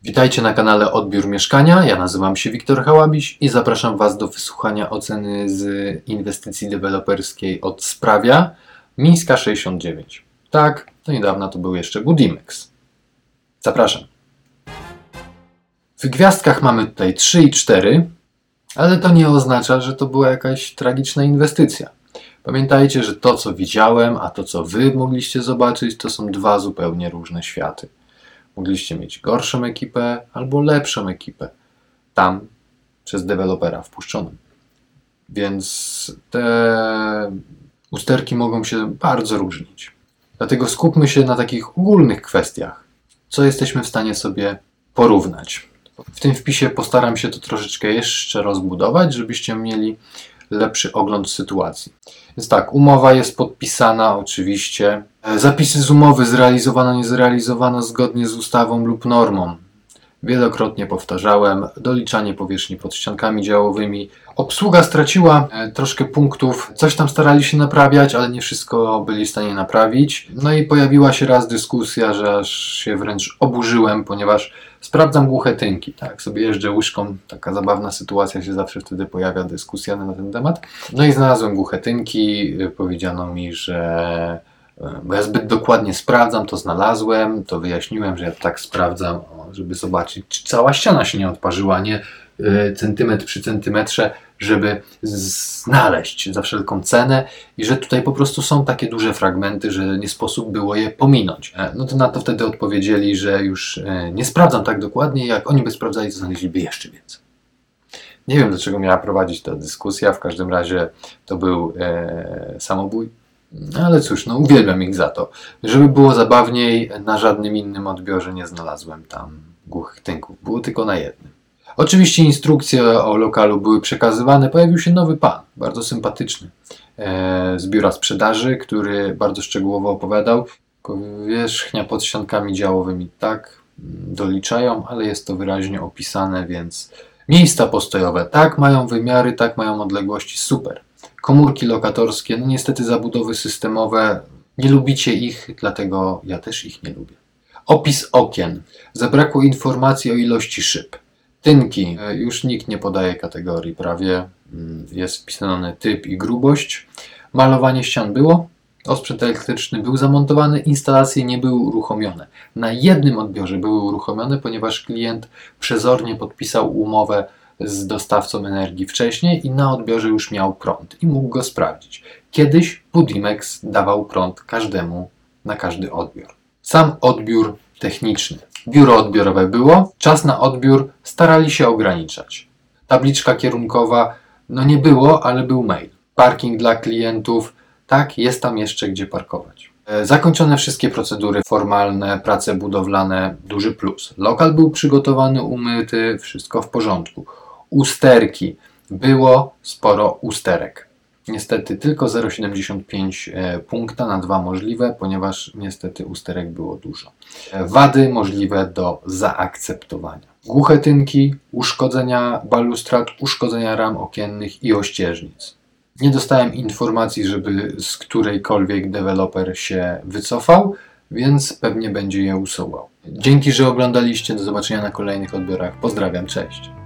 Witajcie na kanale Odbiór Mieszkania. Ja nazywam się Wiktor Hałabiś i zapraszam Was do wysłuchania oceny z inwestycji deweloperskiej od Sprawia Mińska 69. Tak, do niedawna to był jeszcze Budimex. Zapraszam. W gwiazdkach mamy tutaj 3 i 4, ale to nie oznacza, że to była jakaś tragiczna inwestycja. Pamiętajcie, że to co widziałem, a to co Wy mogliście zobaczyć, to są dwa zupełnie różne światy. Mogliście mieć gorszą ekipę albo lepszą ekipę tam przez dewelopera wpuszczoną. Więc te usterki mogą się bardzo różnić. Dlatego skupmy się na takich ogólnych kwestiach, co jesteśmy w stanie sobie porównać. W tym wpisie postaram się to troszeczkę jeszcze rozbudować, żebyście mieli lepszy ogląd sytuacji. Więc tak, umowa jest podpisana oczywiście. Zapisy z umowy zrealizowano, nie zrealizowano zgodnie z ustawą lub normą. Wielokrotnie powtarzałem, doliczanie powierzchni pod ściankami działowymi. Obsługa straciła troszkę punktów, coś tam starali się naprawiać, ale nie wszystko byli w stanie naprawić. No i pojawiła się raz dyskusja, że aż się wręcz oburzyłem, ponieważ sprawdzam głuche tynki. Tak, sobie jeżdżę łyżką, taka zabawna sytuacja się zawsze wtedy pojawia, dyskusja na ten temat. No i znalazłem głuche tynki, powiedziano mi, że bo ja zbyt dokładnie sprawdzam, to znalazłem, to wyjaśniłem, że ja tak sprawdzam, żeby zobaczyć, czy cała ściana się nie odparzyła, nie centymetr przy centymetrze, żeby znaleźć za wszelką cenę i że tutaj po prostu są takie duże fragmenty, że nie sposób było je pominąć. No to na to wtedy odpowiedzieli, że już nie sprawdzam tak dokładnie, jak oni by sprawdzali, to znaleźliby jeszcze więcej. Nie wiem, dlaczego miała prowadzić ta dyskusja, w każdym razie to był samobój. Ale cóż, no uwielbiam ich za to. Żeby było zabawniej, na żadnym innym odbiorze nie znalazłem tam głuchych tynków. Było tylko na jednym. Oczywiście instrukcje o lokalu były przekazywane. Pojawił się nowy pan, bardzo sympatyczny, z biura sprzedaży, który bardzo szczegółowo opowiadał. Powierzchnia pod ściankami działowymi tak doliczają, ale jest to wyraźnie opisane, więc miejsca postojowe tak mają wymiary, tak mają odległości, super. Komórki lokatorskie, no niestety zabudowy systemowe, nie lubicie ich, dlatego ja też ich nie lubię. Opis okien. Zabrakło informacji o ilości szyb. Tynki, już nikt nie podaje kategorii prawie, jest wpisany typ i grubość. Malowanie ścian było, osprzęt elektryczny był zamontowany, instalacje nie były uruchomione. Na jednym odbiorze były uruchomione, ponieważ klient przezornie podpisał umowę z dostawcą energii wcześniej i na odbiorze już miał prąd i mógł go sprawdzić. Kiedyś Budimex dawał prąd każdemu na każdy odbiór. Sam odbiór techniczny. Biuro odbiorowe było, czas na odbiór starali się ograniczać. Tabliczka kierunkowa, no nie było, ale był mail. Parking dla klientów, tak, jest tam jeszcze gdzie parkować. Zakończone wszystkie procedury formalne, prace budowlane, duży plus. Lokal był przygotowany, umyty, wszystko w porządku. Usterki. Było sporo usterek. Niestety tylko 0,75 punkta na 2 możliwe, ponieważ niestety usterek było dużo. Wady możliwe do zaakceptowania. Głuche tynki, uszkodzenia balustrad, uszkodzenia ram okiennych i ościeżnic. Nie dostałem informacji, żeby z którejkolwiek deweloper się wycofał, więc pewnie będzie je usuwał. Dzięki, że oglądaliście. Do zobaczenia na kolejnych odbiorach. Pozdrawiam, cześć.